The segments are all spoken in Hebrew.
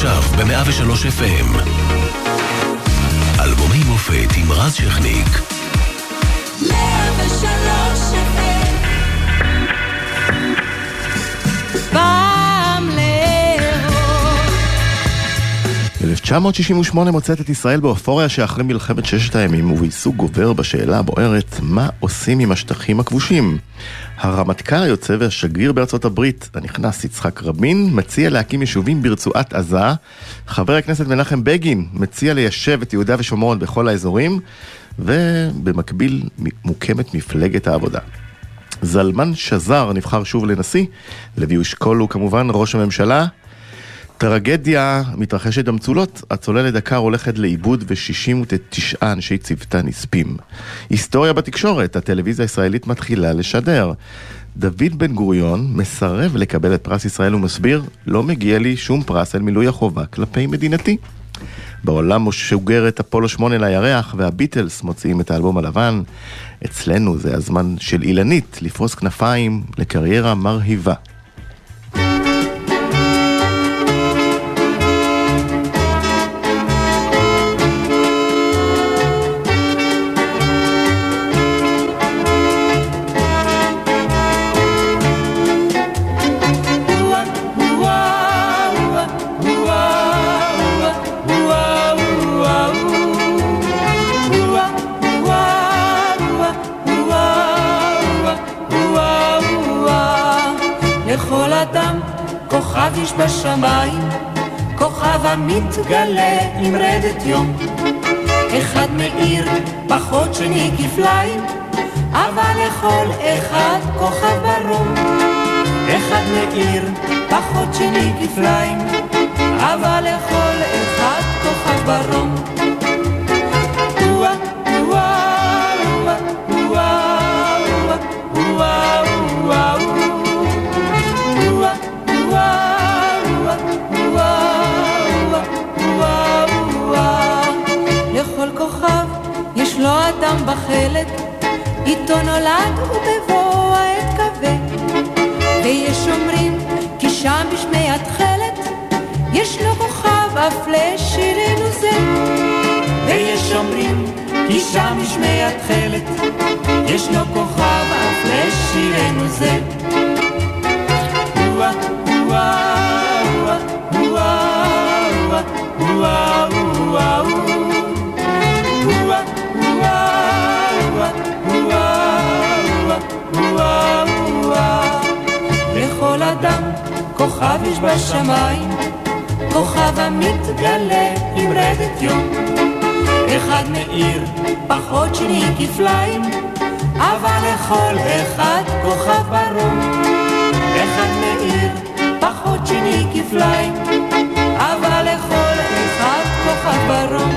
עכשיו ב-103 FM. אלבומי מופת עם רז שכניק. 103 FM. פעם לאהוב. 1968 מוצאת את ישראל באופוריה שאחרי מלחמת ששת הימים ובעיסוק גובר בשאלה הבוערת מה עושים עם השטחים הכבושים. הרמטכ"ל היוצא והשגריר בארצות הברית הנכנס יצחק רבין מציע להקים יישובים ברצועת עזה. חבר הכנסת מנחם בגין מציע ליישב את יהודה ושומרון בכל האזורים, ובמקביל מוקמת מפלגת העבודה. זלמן שזר נבחר שוב לנשיא, לוי אשכול הוא כמובן ראש הממשלה. טרגדיה מתרחשת במצולות, הצוללת דקר הולכת לאיבוד ו69 אנשי צוותה נספים. היסטוריה בתקשורת, הטלוויזיה הישראלית מתחילה לשדר. דוד בן גוריון מסרב לקבל את פרס ישראל ומסביר, לא מגיע לי שום פרס על מילוי החובה כלפי מדינתי. בעולם משוגרת אפולו 8 לירח והביטלס מוציאים את האלבום הלבן. אצלנו זה הזמן של אילנית לפרוס כנפיים לקריירה מרהיבה. כוכב יש בשמיים, כוכב המתגלה עם רדת יום. אחד מאיר פחות שני כפליים, אבל לכל אחד כוכב ברום. אחד מאיר פחות שני כפליים, אבל לכל אחד כוכב ברום. יש לו אדם בחלק, איתו נולד ובבוא העת כבד. ויש אומרים כי שם בשמי התחלת, יש לו כוכב אף לשירנו זה. ויש אומרים כי שם בשמי התחלת, יש לו כוכב אף לשירנו זה. וואה וואה וואה וואה וואה לכל אדם כוכב יש בשמיים, כוכב המתגלה עם רדת יום. אחד מאיר פחות שני כפליים, אבל לכל אחד כוכב ברום. אחד מאיר פחות שני כפליים, אבל לכל אחד כוכב ברום.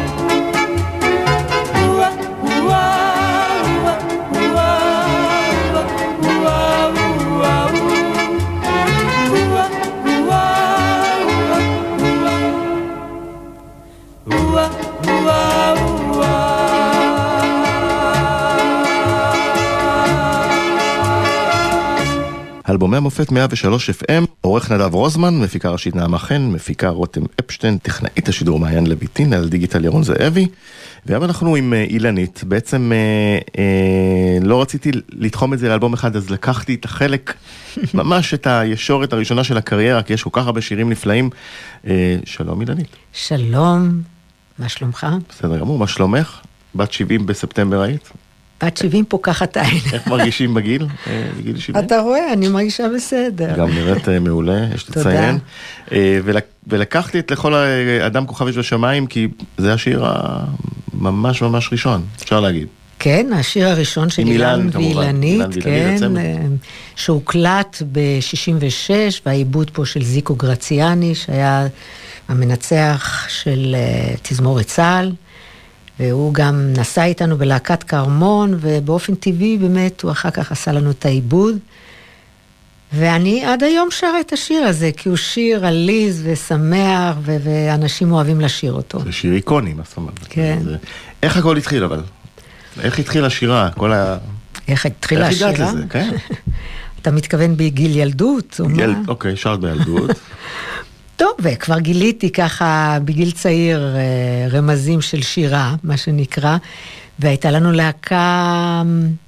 אלבומי המופת 103 FM, עורך נדב רוזמן, מפיקה ראשית נעמה חן, מפיקה רותם אפשטיין, טכנאית השידור מעיין לויטין, על דיגיטל ירון זאבי. והיום אנחנו עם אילנית. בעצם לא רציתי לתחום את זה לאלבום אחד, אז לקחתי את החלק, ממש את הישורת הראשונה של הקריירה, כי יש כל כך הרבה שירים נפלאים. שלום אילנית. שלום, מה שלומך? בסדר גמור, מה שלומך? בת 70 בספטמבר היית? בת 70 פוקחת עין. איך מרגישים בגיל? בגיל 70? אתה רואה, אני מרגישה בסדר. גם נראית מעולה, יש לציין. ולקחתי את לכל אדם כוכב יש בשמיים, כי זה השיר ממש ממש ראשון, אפשר להגיד. כן, השיר הראשון של אילן ואילנית, כן, שהוקלט ב-66, והעיבוד פה של זיקו גרציאני, שהיה המנצח של תזמורת צה"ל, והוא גם נסע איתנו בלהקת קרמון, ובאופן טבעי באמת הוא אחר כך עשה לנו את העיבוד, ואני עד היום שרה את השיר הזה, כי הוא שיר עליז ושמח, ואנשים אוהבים לשיר אותו. זה שיר איקוני, מה זאת אומרת? כן. איך הכל התחיל אבל? איך התחיל השירה? איך התחיל השירה? איך הגעת לזה, כן? אתה מתכוון בגיל ילדות? אוקיי, שרת בילדות. טוב, וכבר גיליתי ככה בגיל צעיר רמזים של שירה, מה שנקרא, והייתה לנו להקה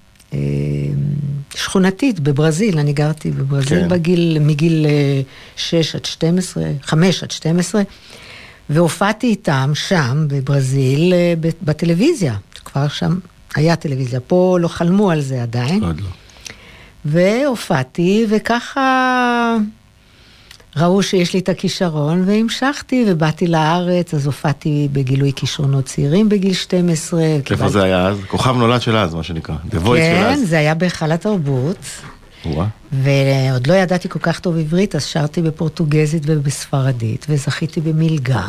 שכונתית בברזיל, אני גרתי בברזיל מגיל 5 עד 12, והופעתי איתם שם בברזיל בטלוויזיה, כבר שם היה טלוויזיה, פה לא חלמו על זה עדיין. עוד לא. והופעתי, וככה ראו שיש לי את הכישרון, והמשכתי ובאתי לארץ, אז הופעתי בגילוי כישרונות צעירים בגיל 12. איפה זה היה אז? כוכב נולד של אז, מה שנקרא. כן, זה היה בהיכל התרבות. ועוד לא ידעתי כל כך טוב עברית, אז שרתי בפורטוגזית ובספרדית, וזכיתי במלגה.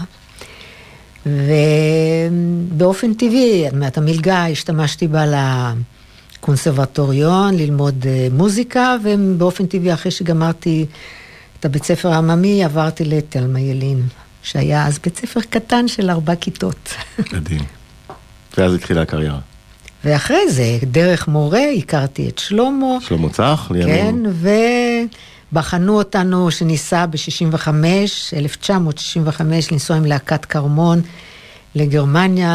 ובאופן טבעי, את המלגה השתמשתי בה לקונסרבטוריון, ללמוד מוזיקה, ובאופן טבעי אחרי שגמרתי את הבית ספר העממי, עברתי לתלמה ילין, שהיה אז בית ספר קטן של 4 כיתות. מדהים. ואז התחילה הקריירה. ואחרי זה, דרך מורה, הכרתי את שלמה. שלמה צח, כן, ובחנו אותנו שניסה ב-65, 1965, לנסוע עם להקת קרמון לגרמניה,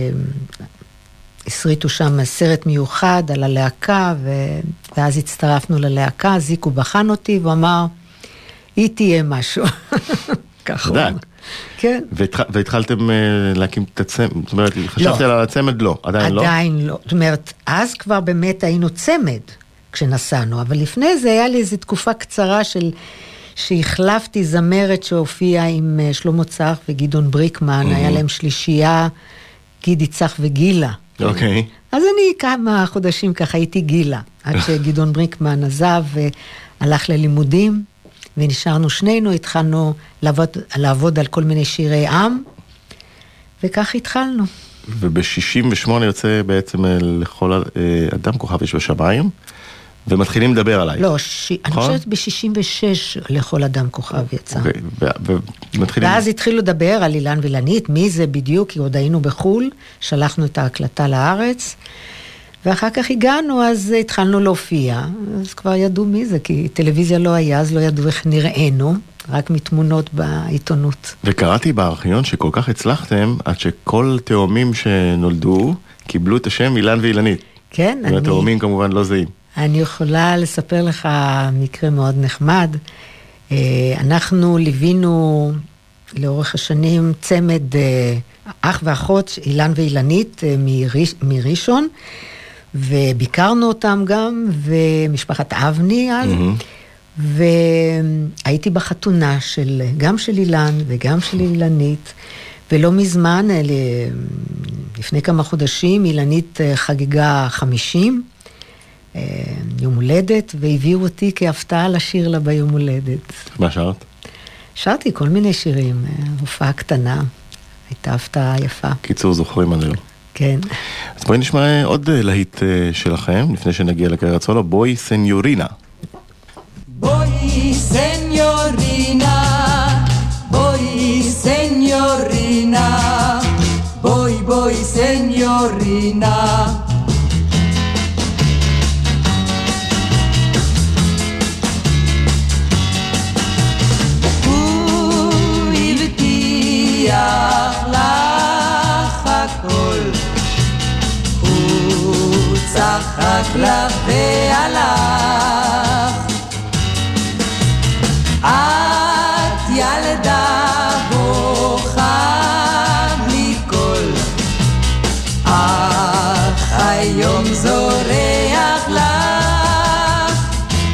הסריטו שם סרט מיוחד על הלהקה, ואז הצטרפנו ללהקה, זיקו בחן אותי, והוא אמר, היא תהיה משהו. ככה. כן. והתחלתם להקים את הצמד, זאת אומרת, חשבתי על הצמד? לא, עדיין לא? עדיין לא. זאת אומרת, אז כבר באמת היינו צמד כשנסענו, אבל לפני זה היה לי איזו תקופה קצרה שהחלפתי זמרת שהופיעה עם שלמה צח וגדעון בריקמן, היה להם שלישייה, גידי צח וגילה. אוקיי. אז אני כמה חודשים ככה הייתי גילה, עד שגדעון בריקמן עזב והלך ללימודים, ונשארנו שנינו, התחלנו לעבוד על כל מיני שירי עם, וכך התחלנו. וב-68 יוצא בעצם לכל אדם כוכב יש בשמיים, ומתחילים לדבר עליי. לא, אני חושבת ב-66 לכל אדם כוכב יצא. ואז התחילו לדבר על אילן וילנית, מי זה בדיוק, כי עוד היינו בחול, שלחנו את ההקלטה לארץ, ואחר כך הגענו, אז התחלנו להופיע, אז כבר ידעו מי זה, כי טלוויזיה לא היה, אז לא ידעו איך נראינו, רק מתמונות בעיתונות. וקראתי בארכיון שכל כך הצלחתם, עד שכל תאומים שנולדו, קיבלו את השם אילן ואילנית. כן, והתאומים כמובן לא זהים. אני יכולה לספר לך מקרה מאוד נחמד. אנחנו ליווינו לאורך השנים צמד אח ואחות, אילן ואילנית מראשון, וביקרנו אותם גם, ומשפחת אבני אז, והייתי בחתונה גם של אילן וגם של אילנית, ולא מזמן, לפני כמה חודשים, אילנית חגיגה 50, יום הולדת, והביאו אותי כהפתעה לשיר לה ביום הולדת. מה שרת? שרתי כל מיני שירים, הופעה קטנה, הייתה הפתעה יפה. קיצור, זוכרים עליו. כן. אז בואי נשמע עוד להיט שלכם, לפני שנגיע לקריירת סולו, בואי סניורינה. בואי סניורינה, בואי סניורינה, בואי סניורינה. הוא הבטיח לך הכל, הוא צחק לך והלך, את ילדה בוכה בלי קול, אך היום זורח לך.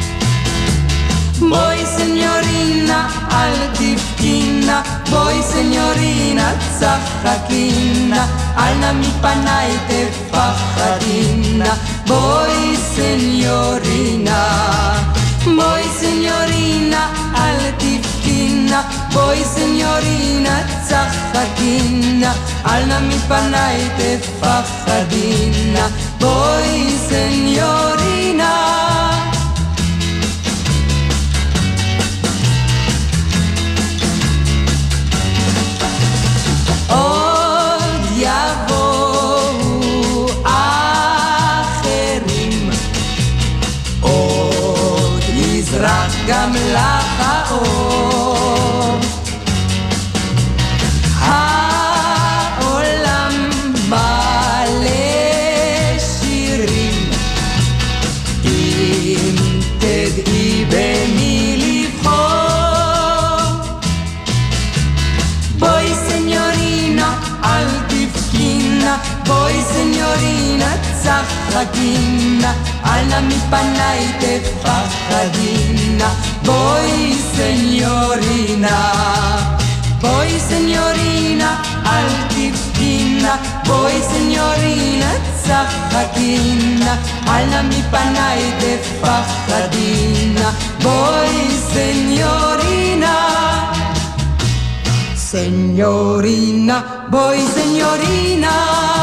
בואי סניורינה אל תבכינה, בואי סניורינה צחקינה, אל נא מפניי תפחדינה. בואי סניורינה, בואי סניורינה אל תבכינה, בואי סניורינה צחקינה, אל נא מפניי תפחדינה. בואי סניורינה. עוד יבואו אחרים, עוד יזרח גם לך האור, צחקינה, אל נא מפניי תפחדינה, בואי סניורינה, בואי סניורינה, אל תבכינה, בואי סניורינה, צחקינה, אל נא מפניי תפחדינה, בואי סניורינה, סניורינה, בואי סניורינה.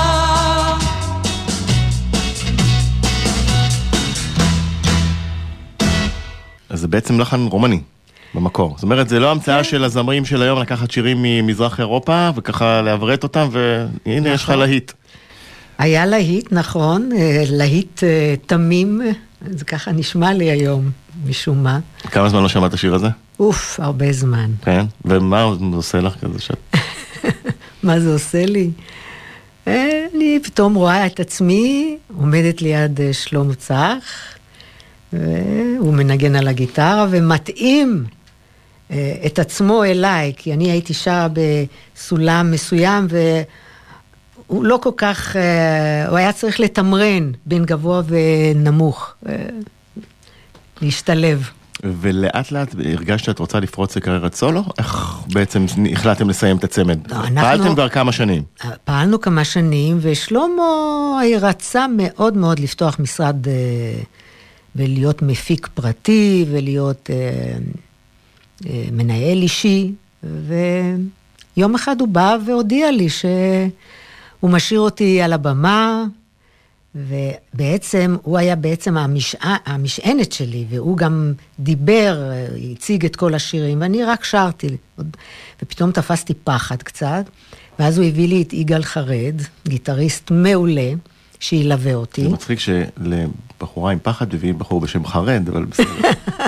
אז זה בעצם לחן רומני במקור. זאת אומרת, זה לא המצאה של הזמרים של היום לקחת שירים ממזרח אירופה וככה לעברת אותם, והנה יש לך להיט. היה להיט, נכון, להיט תמים, זה ככה נשמע לי היום, משום מה. כמה זמן לא שמעת את השיר הזה? אוף, הרבה זמן. כן? ומה זה עושה לך כזה שאת? מה זה עושה לי? אני פתאום רואה את עצמי, עומדת ליד שלמה צח, והוא מנגן על הגיטרה ומתאים את עצמו אליי, כי אני הייתי שרה בסולם מסוים, והוא לא כל כך, הוא היה צריך לתמרן בין גבוה ונמוך, להשתלב. ולאט לאט הרגשת שאת רוצה לפרוץ לקריירת סולו? איך בעצם החלטתם לסיים את הצמד? פעלתם כבר כמה שנים? פעלנו כמה שנים, ושלמה רצה מאוד מאוד לפתוח משרד ולהיות מפיק פרטי, ולהיות מנהל אישי, ויום אחד הוא בא והודיע לי שהוא משאיר אותי על הבמה, ובעצם הוא היה בעצם המשענת שלי, והוא גם דיבר, הציג את כל השירים, ואני רק שרתי, ופתאום תפסתי פחד קצת, ואז הוא הביא לי את יגאל חרד, גיטריסט מעולה, שילווה אותי. זה מצחיק שלבחורה עם פחד הביא בחור בשם חרד, אבל בסדר.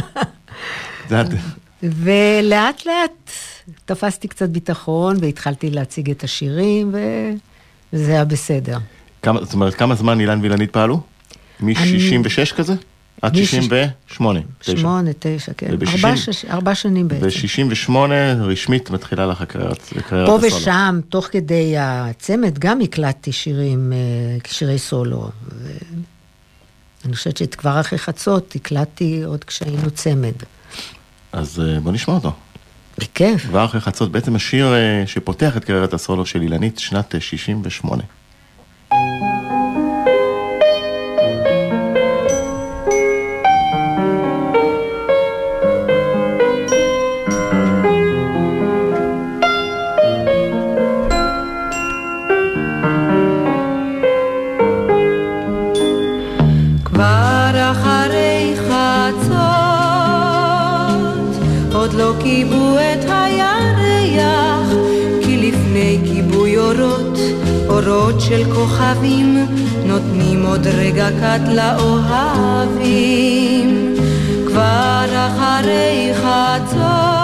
ולאט לאט תפסתי קצת ביטחון, והתחלתי להציג את השירים, וזה היה בסדר. זאת אומרת, כמה זמן אילן וילנית פעלו? מ-66 כזה? עד 68? 8, 9, כן. 4 שנים בעצם. ב-68 רשמית מתחילה לך קריירת הסולו. פה ושם, תוך כדי הצמד, גם הקלטתי שירי סולו. אני חושבת שכבר אחרי חצות הקלטתי עוד כשהיינו צמד. אז בוא נשמע אותו. בכיף. כבר אחרי חצות, בעצם השיר שפותח את קריירת הסולו של אילנית, שנת 68. לא קיבו את הירח, כי לפני כיבוי אורות של כוכבים, נותנים עוד רגע קט לאוהבים. כבר אחרי חצות,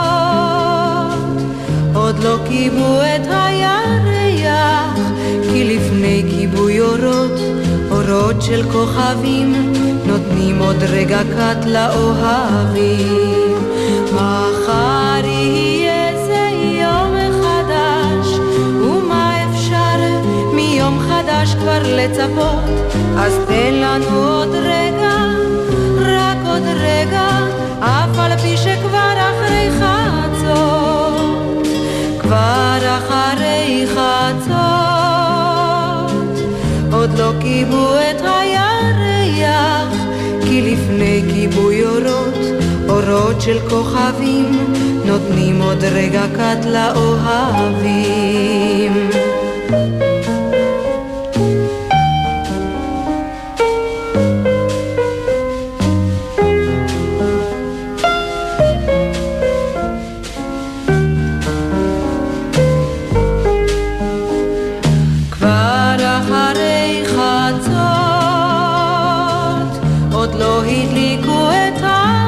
עוד לא קיבו את הירח, כי לפני כיבוי אורות של כוכבים, נותנים עוד רגע קט לאוהבים. מחר יהיה זה יום חדש, ומה אפשר מיום חדש כבר לצפות? אז תן לנו עוד רגע, רק עוד רגע, אף על פי שכבר אחרי חצות, כבר אחרי חצות, עוד לא קיבו את הירח, כי לפני כיבוי אורות של כוכבים, נותנים עוד רגע קט לאוהבים. כבר אחרי חצות, עוד לא הדליקו את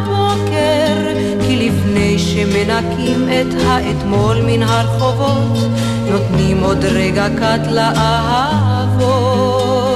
לפני שמנקים את האתמול מן הרחובות, נותנים עוד רגע קט לאהבות.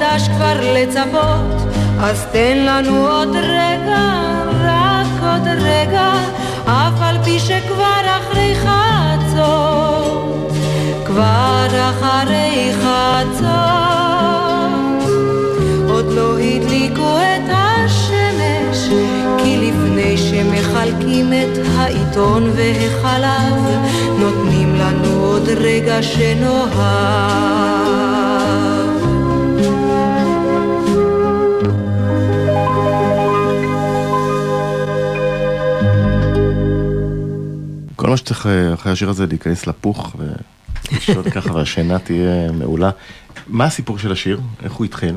חדש כבר לצפות, אז תן לנו עוד רגע, רק עוד רגע, אף על פי שכבר אחרי חצות, כבר אחרי חצות, עוד לא הדליקו את השמש, כי לפני שמחלקים את העיתון והחלב, נותנים לנו עוד רגע שנוהב. כל מה שצריך אחרי השיר הזה להיכנס לפוך ולשעות ככה והשינה תהיה מעולה. מה הסיפור של השיר? איך הוא התחיל?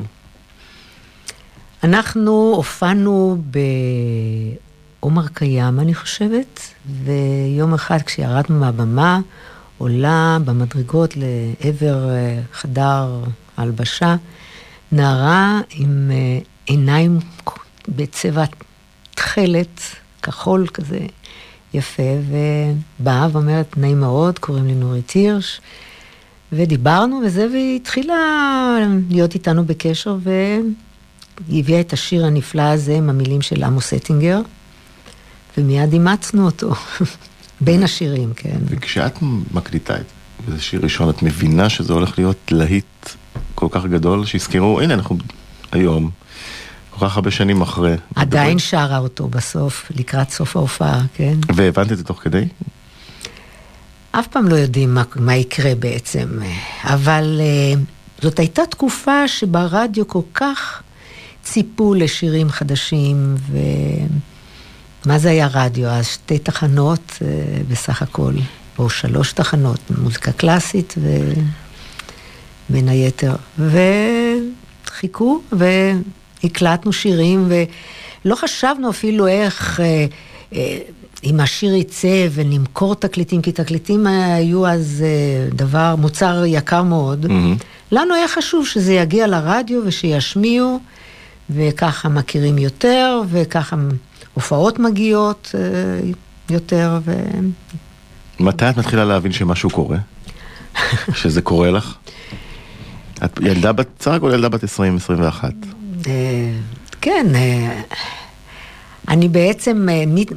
אנחנו הופענו בעומר קיים, אני חושבת, ויום אחד כשירדנו מהבמה, עולה במדרגות לעבר חדר הלבשה, נערה עם עיניים בצבע תכלת, כחול כזה, יפה, ובאה ואומרת, נעים מאוד, קוראים לי נורית הירש, ודיברנו וזה, והיא התחילה להיות איתנו בקשר, והיא הביאה את השיר הנפלא הזה עם המילים של עמוס אטינגר, ומיד אימצנו אותו, בין השירים, כן. וכשאת מקליטה את זה שיר ראשון, את מבינה שזה הולך להיות להיט כל כך גדול, שהזכירו, הנה אנחנו היום, כל כך הרבה שנים אחרי. עדיין שרה אותו בסוף, לקראת סוף ההופעה, כן? והבנת את זה תוך כדי? אף פעם לא יודעים מה יקרה בעצם, אבל זאת הייתה תקופה שברדיו כל כך ציפו לשירים חדשים, ומה זה היה רדיו? אז 2 תחנות בסך הכל, או 3 תחנות, מוזיקה קלאסית ובין היתר, וחיכו הקלטנו שירים, ולא חשבנו אפילו איך, אם השיר יצא ונמכור תקליטים, כי תקליטים היו אז דבר, מוצר יקר מאוד. לנו היה חשוב שזה יגיע לרדיו ושישמיעו, וככה מכירים יותר, וככה הופעות מגיעות יותר. מתי את מתחילה להבין שמשהו קורה? שזה קורה לך? את ילדה בת צעק או ילדה בת 20-21? כן, אני בעצם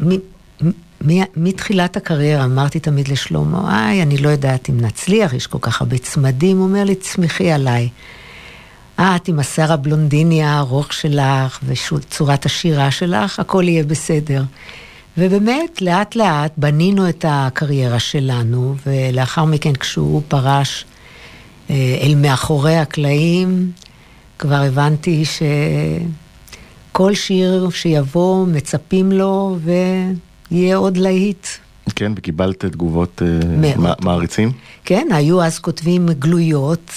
מתחילת הקריירה אמרתי תמיד לשלמה, אני לא יודעת אם נצליח, יש כל כך הרבה צמדים, הוא אומר לי, תסמכי עליי. את עם השיער הבלונדיני הארוך שלך וצורת השירה שלך, הכל יהיה בסדר. ובאמת, לאט לאט בנינו את הקריירה שלנו, ולאחר מכן כשהוא פרש אל מאחורי הקלעים, כבר הבנתי שכל שיר שיבוא מצפים לו ויהיה עוד להיט. כן, וקיבלת תגובות מעריצים? כן, היו אז כותבים גלויות,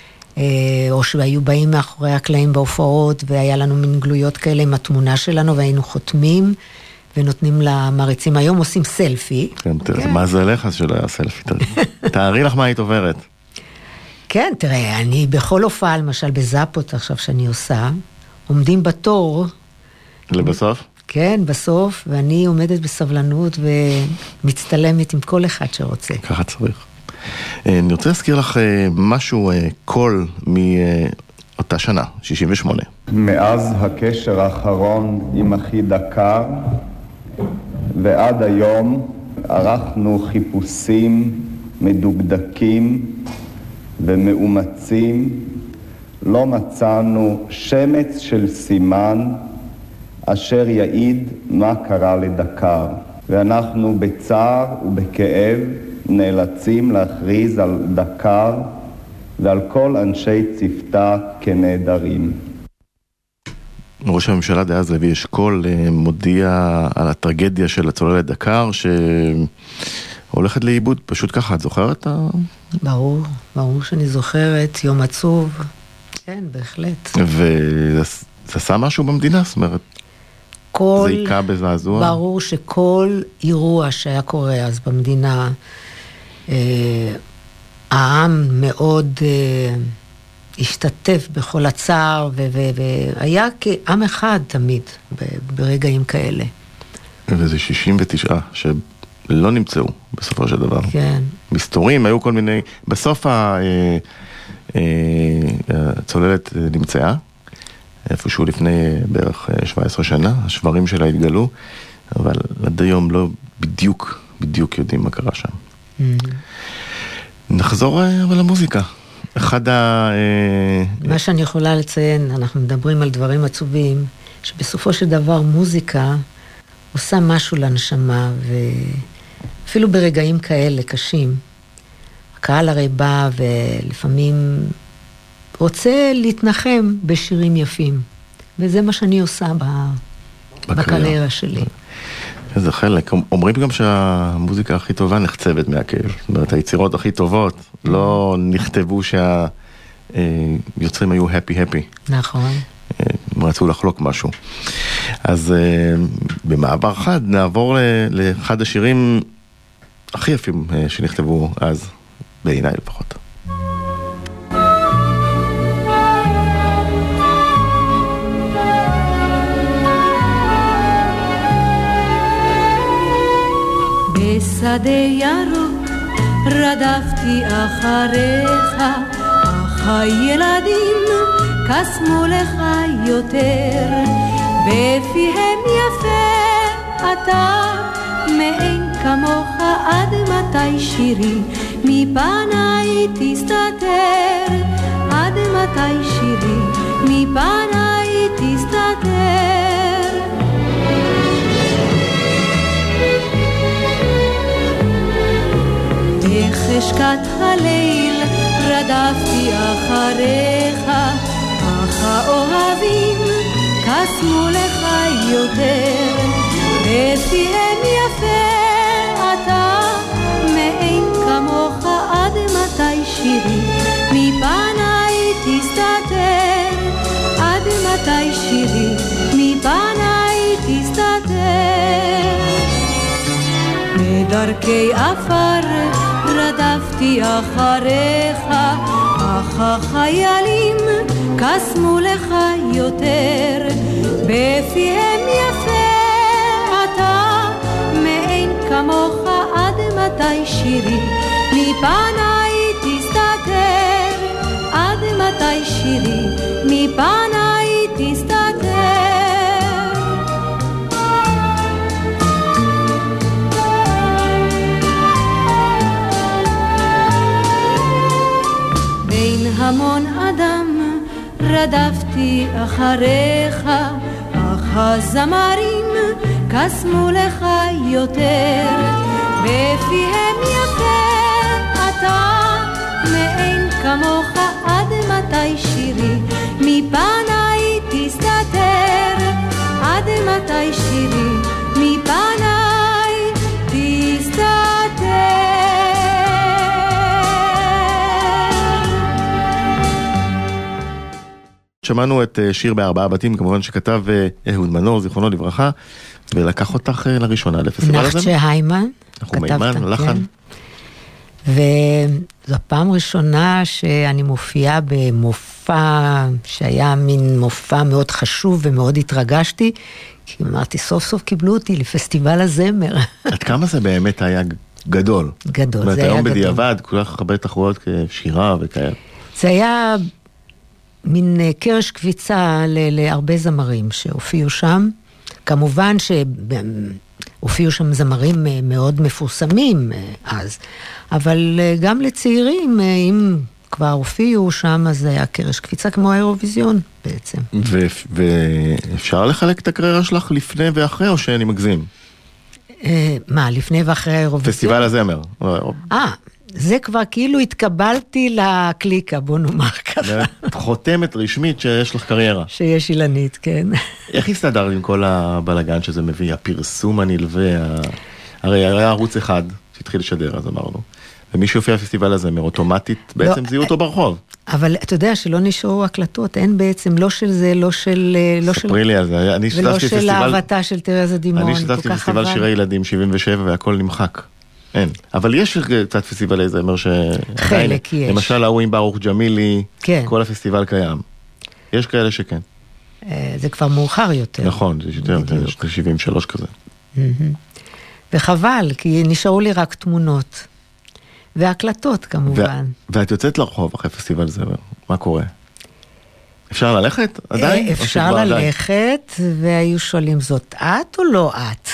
או שהיו באים מאחורי הקלעים בהופעות, והיה לנו מין גלויות כאלה עם התמונה שלנו, והיינו חותמים ונותנים למעריצים. היום עושים סלפי. כן, מה זה לך שלא היה סלפי? תארי לך מה היית עוברת. כן, תראה, אני בכל הופעה, למשל בזאפות עכשיו שאני עושה, עומדים בתור. לבסוף? כן, בסוף, ואני עומדת בסבלנות ומצטלמת עם כל אחד שרוצה. ככה צריך. אני רוצה להזכיר לך משהו, קול מאותה שנה, 68. מאז הקשר האחרון עם אחי דקר, ועד היום ערכנו חיפושים מדוקדקים ומאומצים, לא מצאנו שמץ של סימן אשר יעיד מה קרה לדקר. ואנחנו בצער ובכאב נאלצים להכריז על דקר ועל כל אנשי צוותה כנעדרים. ראש הממשלה דאז לוי אשכול מודיע על הטרגדיה של הצוללת דקר שהולכת לאיבוד, פשוט ככה, את זוכרת? ברור, ברור שאני זוכרת, יום עצוב, כן, בהחלט. וזה עשה משהו במדינה, זאת אומרת, זה עיקה בזעזוע? ברור שכל אירוע שהיה קורה אז במדינה, העם מאוד השתתף בכל הצער, והיה כעם אחד תמיד ברגעים כאלה. וזה 69 שלא נמצאו בסופו של דבר. כן. מסתורים, היו כל מיני, בסוף הצוללת נמצאה, איפשהו לפני בערך 17 שנה, השברים שלה התגלו, אבל עד היום לא בדיוק יודעים מה קרה שם. נחזור אבל למוזיקה. מה שאני יכולה לציין, אנחנו מדברים על דברים עצובים, שבסופו של דבר מוזיקה עושה משהו לנשמה, ואפילו ברגעים כאלה קשים, הקהל הרי בא ולפעמים רוצה להתנחם בשירים יפים, וזה מה שאני עושה בקריירה שלי. זה חלק. אומרים גם שהמוזיקה הכי טובה נחצבת מהכאב. זאת אומרת, היצירות הכי טובות לא נכתבו שהיוצרים היו happy. נכון. הם רצו לחלוק משהו. אז במעבר חד נעבור לאחד השירים הכי יפים שנכתבו אז, בעיניי לפחות. בשדה ירוק רדפתי אחריך, אך הילדים קסמו לך יותר, בפיהם יפה אתה מאין כמוך, עד מתי שירי מפניי תסתתר, עד מתי שירי מפניי תסתתר. בחשכת הליל רדפתי אחריך, אך האוהבים קסמו לך יותר, בפיהם יפה אתה מאין כמוך, עד מתי שירי מפניי תסתתר, עד מתי שירי מפניי תסתתר. בדרכי אפר רדפתי אחריך, אך החיילים קסמו לך יותר, בפיהם יפה אתה מאין כמוך, עד מתי שירי מפניי תסתתר, עד מתי שירי מפניי תסתתר. המון אדם רדפתי אחריך, אך הזמרים קסמו לך יותר, בפיהם יפה אתה מאין כמוך, עד מתי שירי מפניי תסתתר, עד מתי שירי מפניי תסתתר. שמענו את שיר בארבעה בתים, כמובן שכתב אהוד מנור, זיכרונו לברכה, ולקח אותך לראשונה לפסטיבל הזה. נחצ'ה היימן. נחום היימן, לחן. וזו הפעם ראשונה שאני מופיעה במופע, שהיה מין מופע מאוד חשוב ומאוד התרגשתי, כי אמרתי, סוף סוף קיבלו אותי לפסטיבל הזמר. עד כמה זה באמת היה גדול? גדול, זה היה גדול. היום בדיעבד, כל כך הרבה תחרויות כשירה וכאלה. זה היה מין קרש קביצה להרבה זמרים שהופיעו שם. כמובן שהופיעו שם זמרים מאוד מפורסמים אז, אבל גם לצעירים, אם כבר הופיעו שם, אז היה קרש קפיצה כמו האירוויזיון בעצם. ואפשר לחלק את הקריירה שלך לפני ואחרי, או שאני מגזים? מה, לפני ואחרי האירוויזיון? פסטיבל הזמר. זה כבר כאילו התקבלתי לקליקה, בוא נאמר ככה. חותמת רשמית שיש לך קריירה. שיש אילנית, כן. איך הסתדר עם כל הבלגן שזה מביא, הפרסום הנלווה, הרי היה ערוץ אחד שהתחיל לשדר, אז אמרנו. ומי שיופיע בפסטיבל הזמר, אוטומטית בעצם זיהו אותו ברחוב. אבל אתה יודע שלא נשארו הקלטות, אין בעצם, לא של זה, לא של... ספרי לי על זה. ולא של אהבתה של תרזה דימון. אני השתתפתי בפסטיבל שירי ילדים 77 והכל נמחק. אין. אבל יש קצת פסטיבלי זמר חלק יש. למשל, ההוא עם ברוך ג'מילי, כל הפסטיבל קיים. יש כאלה שכן. זה כבר מאוחר יותר. נכון, זה יותר, זה 73 כזה. וחבל, כי נשארו לי רק תמונות. והקלטות כמובן. ואת יוצאת לרחוב אחרי פסטיבל זמר, מה קורה? אפשר ללכת עדיין? אפשר ללכת, והיו שואלים, זאת את או לא את?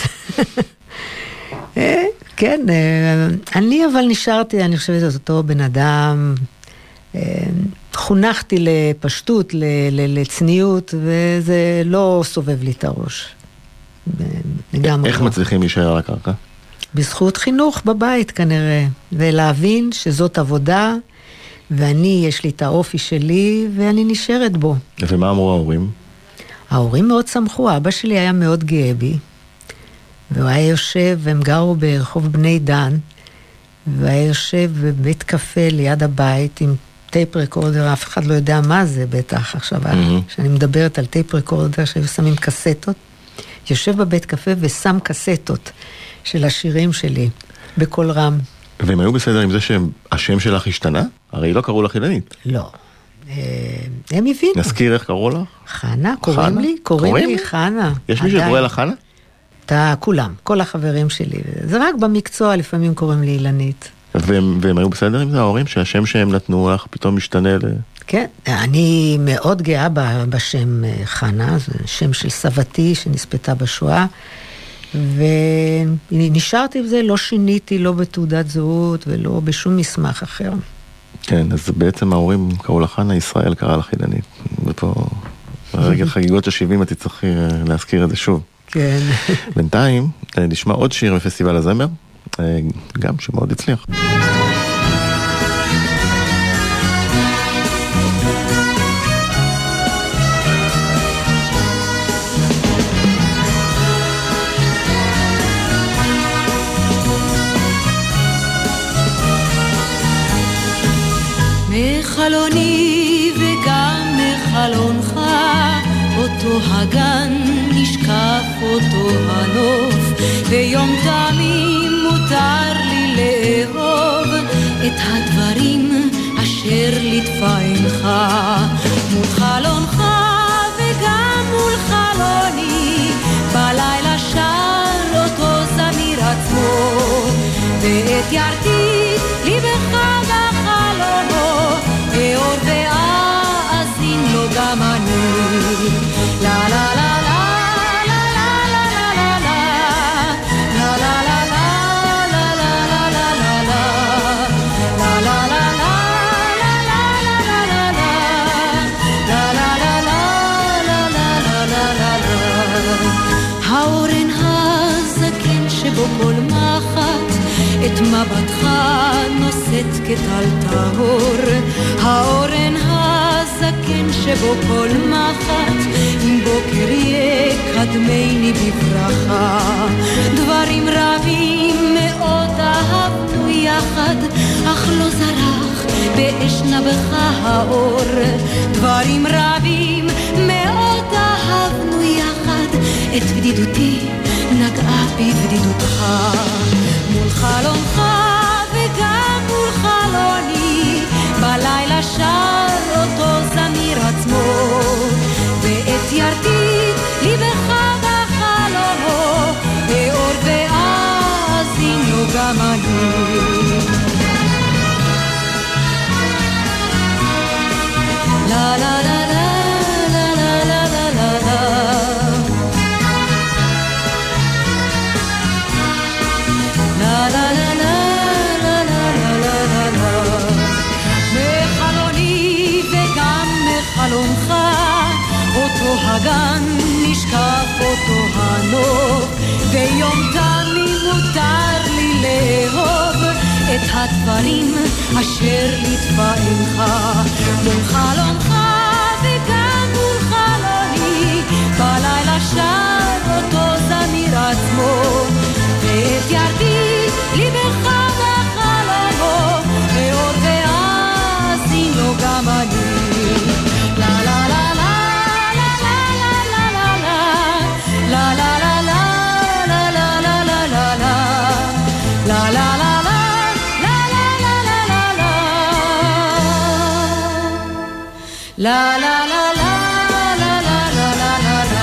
כן, אני אבל נשארתי, אני חושבת, זאת אותו בן אדם, חונכתי לפשטות, לצניות, וזה לא סובב לי את הראש. איך מצליחים להישאר על הקרקע? בזכות חינוך בבית כנראה, ולהבין שזאת עבודה, ואני, יש לי את האופי שלי, ואני נשארת בו. ומה אמרו ההורים? ההורים מאוד שמחו, אבא שלי היה מאוד גאה בי, והוא היה יושב, והם גרו ברחוב בני דן, והיה יושב בבית קפה ליד הבית עם טייפ רקורדר, אף אחד לא יודע מה זה בטח עכשיו, שאני מדברת על טייפ רקורדר שהיו שמים קסטות, יושב בבית קפה ושם קסטות של השירים שלי, בכל רם. והם היו בסדר עם זה שהשם שלך השתנה? הרי לא קראו לך אילנית. לא. הם הבינו. נזכיר איך קראו לך? חנה, קוראים לי חנה. יש מישהו שקורא לך חנה? כולם, כל החברים שלי. זה רק במקצוע, לפעמים קוראים לי אילנית. והם היו בסדר עם זה, ההורים, שהשם שהם נתנו לך פתאום משתנה כן, אני מאוד גאה בשם חנה, זה שם של סבתי שנספתה בשואה, ונשארתי בזה, לא שיניתי, לא בתעודת זהות ולא בשום מסמך אחר. כן, אז בעצם ההורים קראו לך חנה, ישראל קרא לך אילנית. ופה, ברגע חגיגות ה-70, אתה צריך להזכיר את זה שוב. כן. בינתיים, נשמע עוד שיר מפסטיבל הזמר, גם שמאוד הצליח. מחלוני וגם מחלונך, אותו הגן נשקף אותו הנוף, ויום תמים מותר לי לאהוב את הדברים אשר לטפה עינך. מול חלונך וגם מול חלוני, בלילה שר אותו זמיר עצמו, ואת ירתי לי בחג החלונו, אור ואזין לו גם אני. לה לה לה כל מחט את מבטך נושאת כטל טהור, האורן הזקן שבו כל מחט עם בוקר יקדמני בברכה. דברים רבים מאוד אהבנו יחד, אך לא זרח באש נבך האור. דברים רבים מאוד אהבנו יחד, את בדידותי נגעה בבדידותך. מול חלונך וגם מול חלוני, בלילה שר אותו זמיר עצמו, ואת ירתי לי בחג החלונו, באור ואזין לו גם אני. לה לה לה חלונך אותו הגן נשקף אותו הנוף, ויום תמים מותר לי לאהוב את הדברים אשר לטפה עינך. מול חלונך וגם מול חלוני, בלילה שר אותו זמיר עצמו, ואת ירתי לי בחג החלונו, ואור ואזין לו גם אני. La la la la la la la la la la.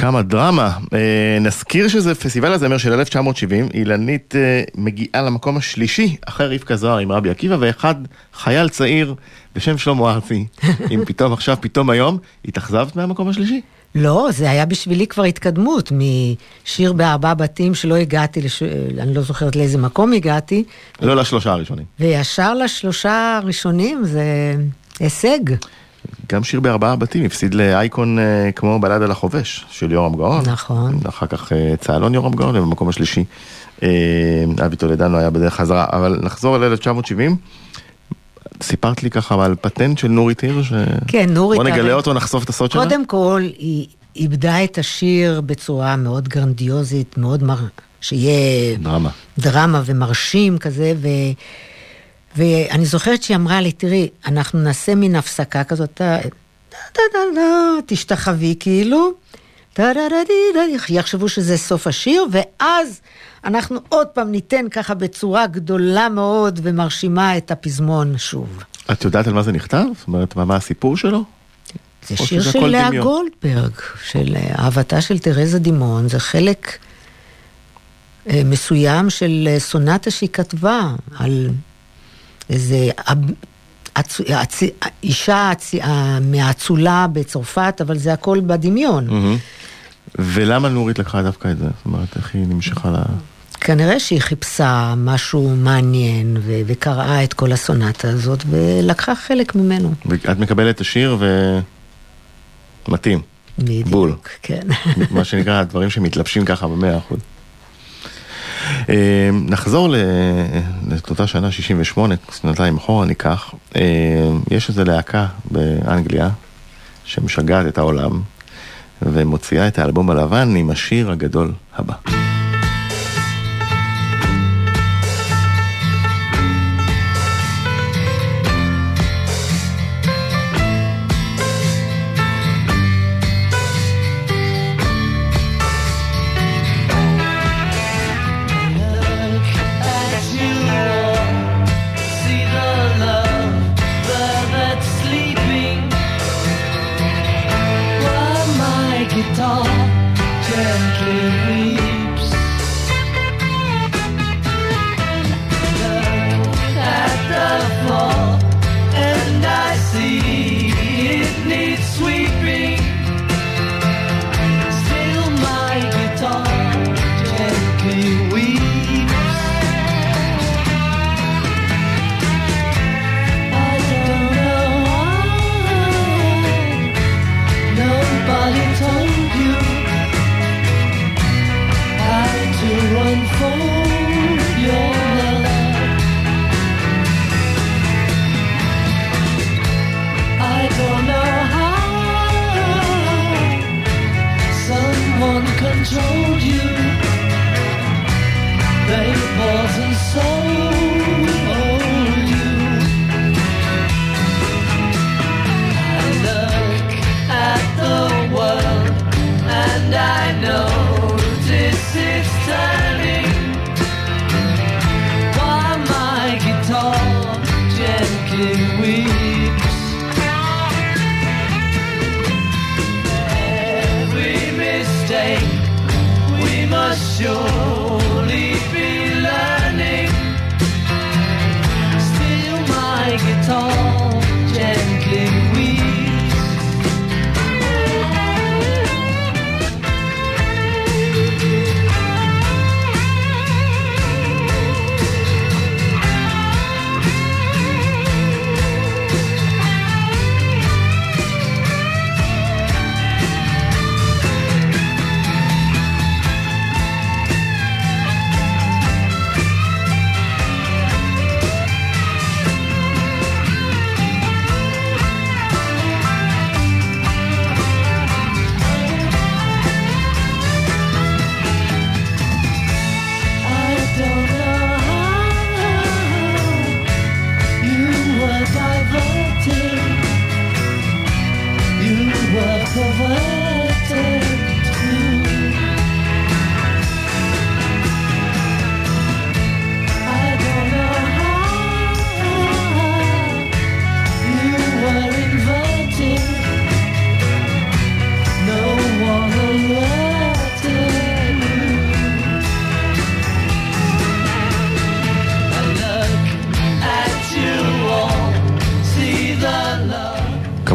כמה דרמה. נזכיר שזה פסטיבל הזמר של 1970, אילנית מגיעה למקום השלישי, אחרי רבקה זוהר עם רבי עקיבא, ואחד חייל צעיר בשם שלמה ארצי. אם פתאום עכשיו, פתאום היום, התאכזבת מהמקום השלישי? לא, זה היה בשבילי כבר התקדמות, משיר בארבע בתים שלא הגעתי, אני לא זוכרת לאיזה מקום הגעתי. לא לשלושה הראשונים. וישר לשלושה הראשונים זה הישג. גם שיר בארבעה בתים הפסיד לאייקון כמו בלד על החובש של יורם גאון. נכון. אחר כך צהלון יורם גאון, ובמקום השלישי אבי טולדנו היה בדרך חזרה. אבל נחזור ל-1970, סיפרת לי ככה על פטנט של נורית הירש. כן, נורית. בוא נגלה אותו, נחשוף את הסוד שלה. קודם כל, היא איבדה את השיר בצורה מאוד גרנדיוזית, מאוד שיהיה דרמה ומרשים כזה, ואני זוכרת שהיא אמרה לי, תראי, אנחנו נעשה מן הפסקה כזאת, תשתחווי כאילו, יחשבו שזה סוף השיר, ואז אנחנו עוד פעם ניתן ככה בצורה גדולה מאוד ומרשימה את הפזמון שוב. את יודעת על מה זה נכתב? זאת אומרת, מה הסיפור שלו? זה שיר של לאה גולדברג, של אהבתה של תרזה דימון, זה חלק מסוים של סונטה שהיא כתבה על איזה אישה מהאצולה בצרפת, אבל זה הכל בדמיון. ולמה נורית לקחה דווקא את זה? זאת אומרת, איך היא נמשכה לה... כנראה שהיא חיפשה משהו מעניין, וקראה את כל הסונטה הזאת, ולקחה חלק ממנו. ואת מקבלת את השיר ומתאים. בדיוק, בול. כן. מה שנקרא, הדברים שמתלבשים ככה ב100%. נחזור לאותה שנה 68, שנתיים אחורה ניקח. יש איזו להקה באנגליה שמשגעת את העולם ומוציאה את האלבום הלבן עם השיר הגדול הבא.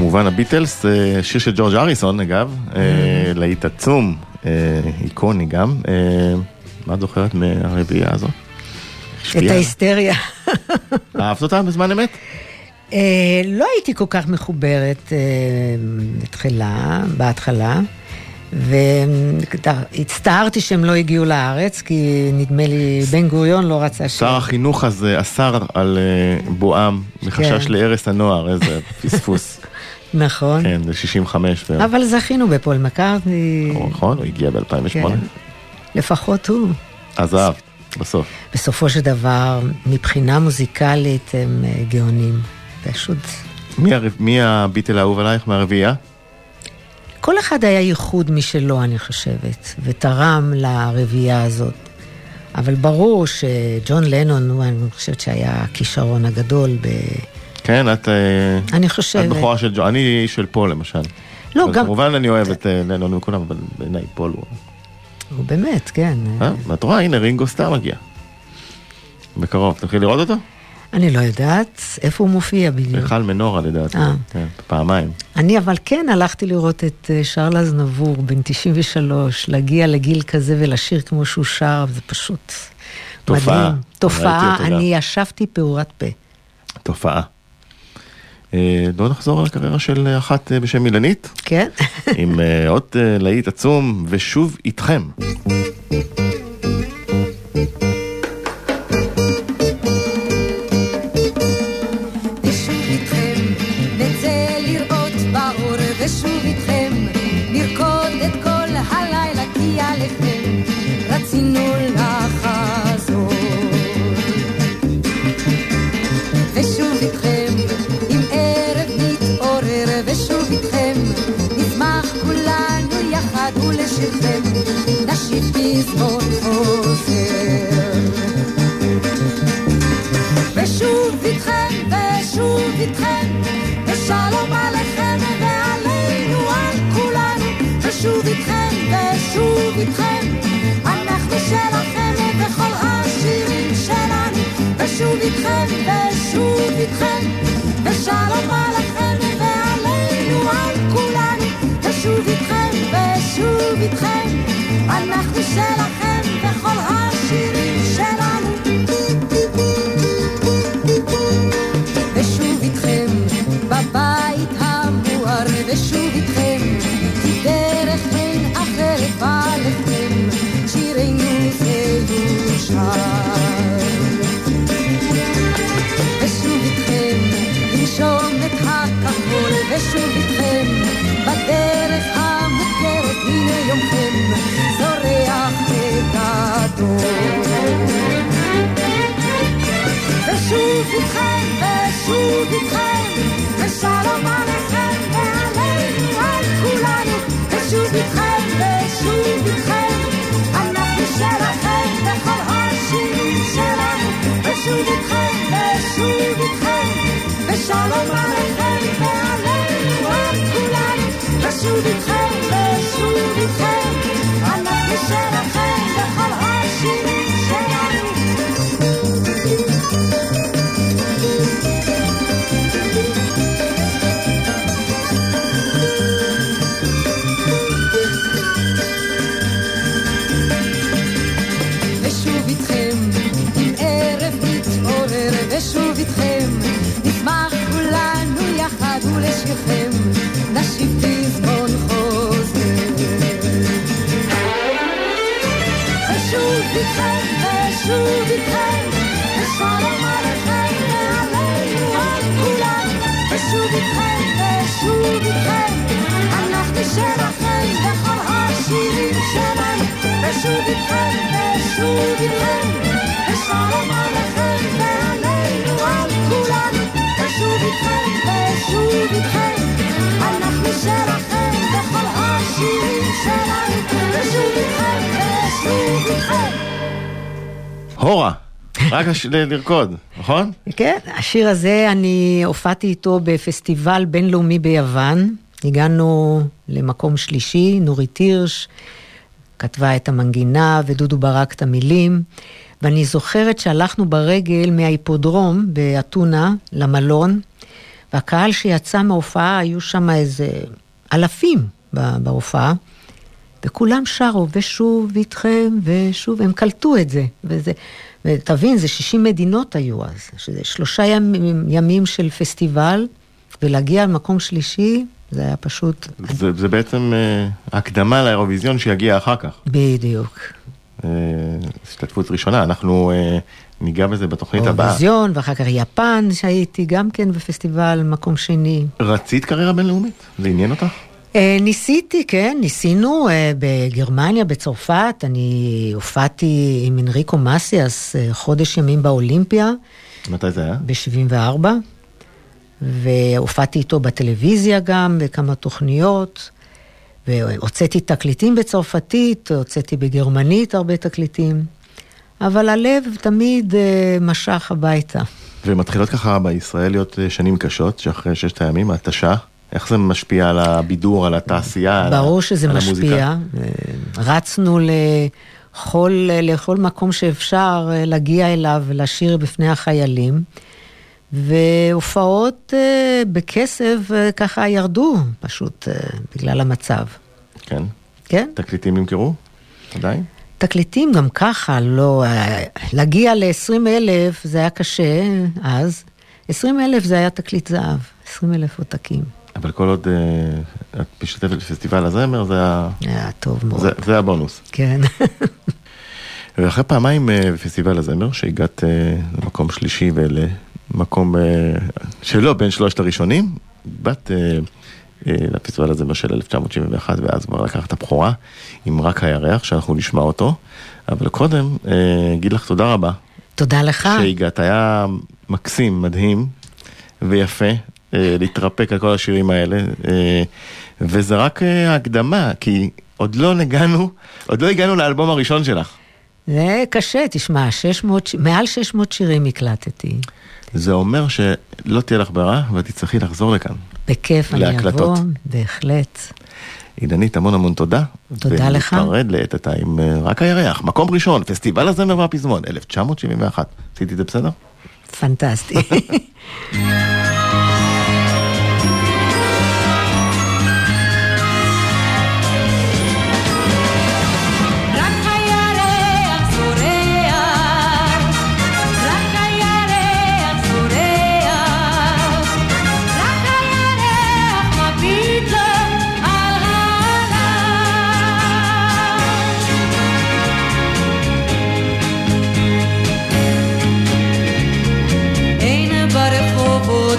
כמובן הביטלס, שיר של ג'ורג' אריסון אגב, להיט עצום, איקוני גם. מה את זוכרת מהרביעייה הזאת? את ההיסטריה. אהבת אותה בזמן אמת? לא הייתי כל כך מחוברת בהתחלה, והצטערתי שהם לא הגיעו לארץ, כי נדמה לי בן גוריון לא רצה שר החינוך הזה אסר על בואם, מחשש להרס הנוער, איזה פספוס. נכון. כן, זה 65. אבל זכינו בפול מקארטני. נכון, הוא הגיע ב-2008. לפחות הוא. עזב, בסוף. בסופו של דבר, מבחינה מוזיקלית הם גאונים. פשוט. מי הביטל האהוב עלייך מהרביעייה? כל אחד היה ייחוד משלו, אני חושבת, ותרם לרביעייה הזאת. אבל ברור שג'ון לנון, אני חושבת שהיה הכישרון הגדול כן, את... אני חושבת. את בחורה של ג'ון, אני של פול למשל. לא, גם... כמובן אני אוהב את לנון וכולם, אבל בעיניי פול הוא... הוא באמת, כן. ואת רואה, הנה רינגו סטאר מגיע. בקרוב, תתחיל לראות אותו? אני לא יודעת איפה הוא מופיע בדיוק. מיכל מנורה לדעתי, כן, פעמיים. אני אבל כן הלכתי לראות את שרל אזנבור, בן 93, להגיע לגיל כזה ולשיר כמו שהוא שר, זה פשוט מדהים. תופעה, אני ישבתי פעורת פה. תופעה. בואו נחזור לקריירה של אחת בשם אילנית. כן. עם עוד להיט עצום, ושוב איתכם. ושוב איתכם, נרקוד את כל הלילה כי עליכם רצינו לחזור. ושוב איתכם, עם ערב נתעורר, ושוב איתכם, נשמח כולנו יחד ולשירכם, נשיב פזמון חוזר. ושוב איתכם, ושוב איתכם, ושלום עליכם ושוב איתכם, ושוב איתכם, אנחנו שלכם בכל השירים שלנו. ושוב איתכם, ושוב איתכם, ושלום עליכם ועלינו על כולנו. ושוב איתכם, ושוב איתכם, אנחנו שלכם בכל השירים שלנו. ושוב איתכם, בבית המואר, ושוב איתכם, דרך אין אחרת בעליכם, שירנו זה יושר. ושוב איתכם, לנשום את הכחול, ושוב איתכם, בדרך המוכרת, הנה יומכם, זורח בגדול. ושוב איתכם, ושוב איתכם, ושלום עליכם ועלינו על כולנו. ושוב איתכם, ושוב איתכם, אנחנו שלכם בכל השירים שלנו. ושוב איתכם, ושוב איתכם, ושלום עליכם ועלינו על כולנו. ושוב איתכם, ושוב איתכם, אנחנו שלכם בכל השירים שלנו. ושוב איתכם, נשמח כולנו יחד ולשירכם, נשיב פזמון חוזר. ושוב איתכם, ושוב איתכם, ושלום עליכם ועלינו על כולנו. ושוב איתכם, ושוב איתכם, אנחנו שלכם בכל השירים שלנו. ושוב איתכם, ושוב איתכם, ושלום עליכם ועלינו על כולנו. ושוב איתכם, ושוב איתכם, אנחנו שלכם בכל השירים שלנו. ושוב איתכם, ושוב איתכם. הורה, רק לרקוד, נכון? כן, השיר הזה אני הופעתי איתו בפסטיבל בינלאומי ביוון. הגענו למקום שלישי, נורית הירש כתבה את המנגינה ודודו ברק את המילים. ואני זוכרת שהלכנו ברגל מההיפודרום באתונה למלון, והקהל שיצא מההופעה, היו שם איזה אלפים בהופעה, וכולם שרו, ושוב איתכם, ושוב, הם קלטו את זה, ותבין, זה 60 מדינות היו אז, שזה 3 ימים של פסטיבל, ולהגיע למקום שלישי, זה היה פשוט... זה בעצם הקדמה לאירוויזיון שיגיע אחר כך. בדיוק. השתתפות ראשונה, אנחנו ניגע בזה בתוכנית הבאה. אירוויזיון, ואחר כך יפן, שהייתי גם כן בפסטיבל, מקום שני. רצית קריירה בינלאומית? זה עניין אותך? ניסיתי, כן, ניסינו בגרמניה, בצרפת, אני הופעתי עם אנריקו מסיאס חודש ימים באולימפיה. מתי זה היה? ב-74, והופעתי איתו בטלוויזיה גם, בכמה תוכניות, והוצאתי תקליטים בצרפתית, הוצאתי בגרמנית הרבה תקליטים, אבל הלב תמיד משך הביתה. ומתחילות ככה בישראל להיות שנים קשות, שאחרי 6 הימים, התשה, איך זה משפיע על הבידור, על התעשייה, ברור שזה משפיע. רצנו לכל מקום שאפשר להגיע אליו ולשיר בפני החיילים, והופעות בכסף ככה ירדו, פשוט בגלל המצב. כן? כן? תקליטים נמכרו? עדיין? תקליטים גם ככה, לא, להגיע ל-20,000 זה היה קשה אז, 20,000 זה היה תקליט זהב, 20,000 עותקים. אבל כל עוד את משתתפת בפסטיבל הזמר, זה היה טוב מאוד. זה הבונוס. כן. ואחרי פעמיים בפסטיבל הזמר, שהגעת למקום שלישי ולמקום שלא בין 3 הראשונים, באת לפסטיבל הזמר של 1971, ואז כבר לקחת את הבכורה עם רק הירח, שאנחנו נשמע אותו. אבל קודם, אגיד לך תודה רבה. תודה לך. שהגעת, היה מקסים, מדהים ויפה. להתרפק על כל השירים האלה, וזה רק הקדמה, כי עוד לא הגענו לאלבום הראשון שלך. זה קשה, תשמע, מעל 600 שירים הקלטתי. זה אומר שלא תהיה לך ברירה, ותצטרכי לחזור לכאן. בכיף, אני אבוא, בהחלט. עידנית, המון תודה. תודה לך. ונתפרד לעתתה עם רק הירח, מקום ראשון, פסטיבל הזמר והפזמון, 1971. עשיתי את זה בסדר? פנטסטי. ברחובות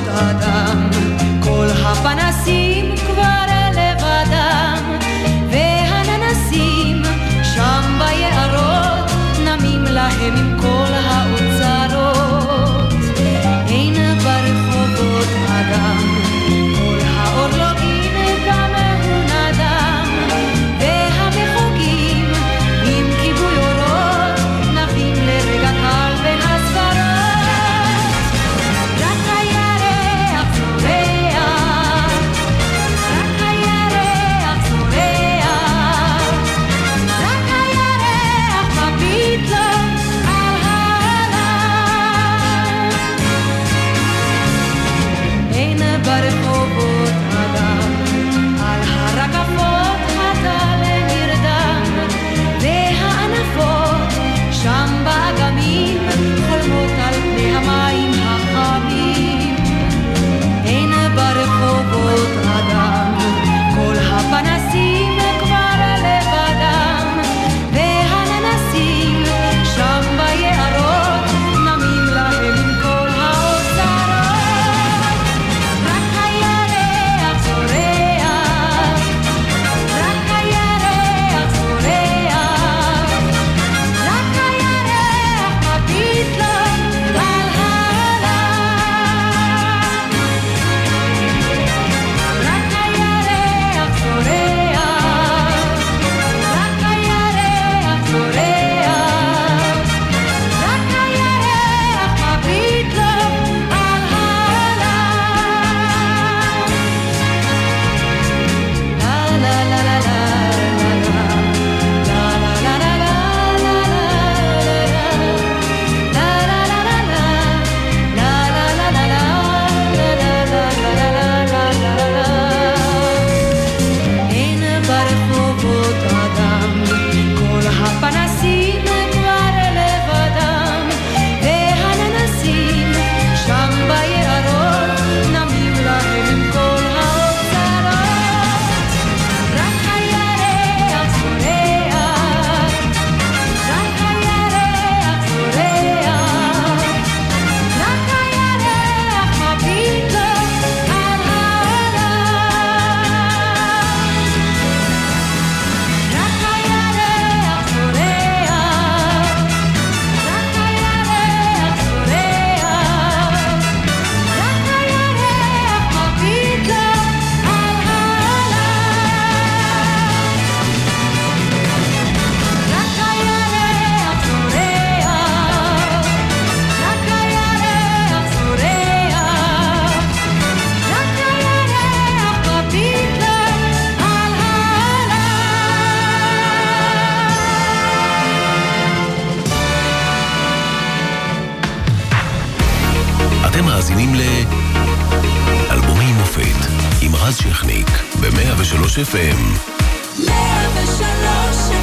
רז שכניק ב-103 FM. 103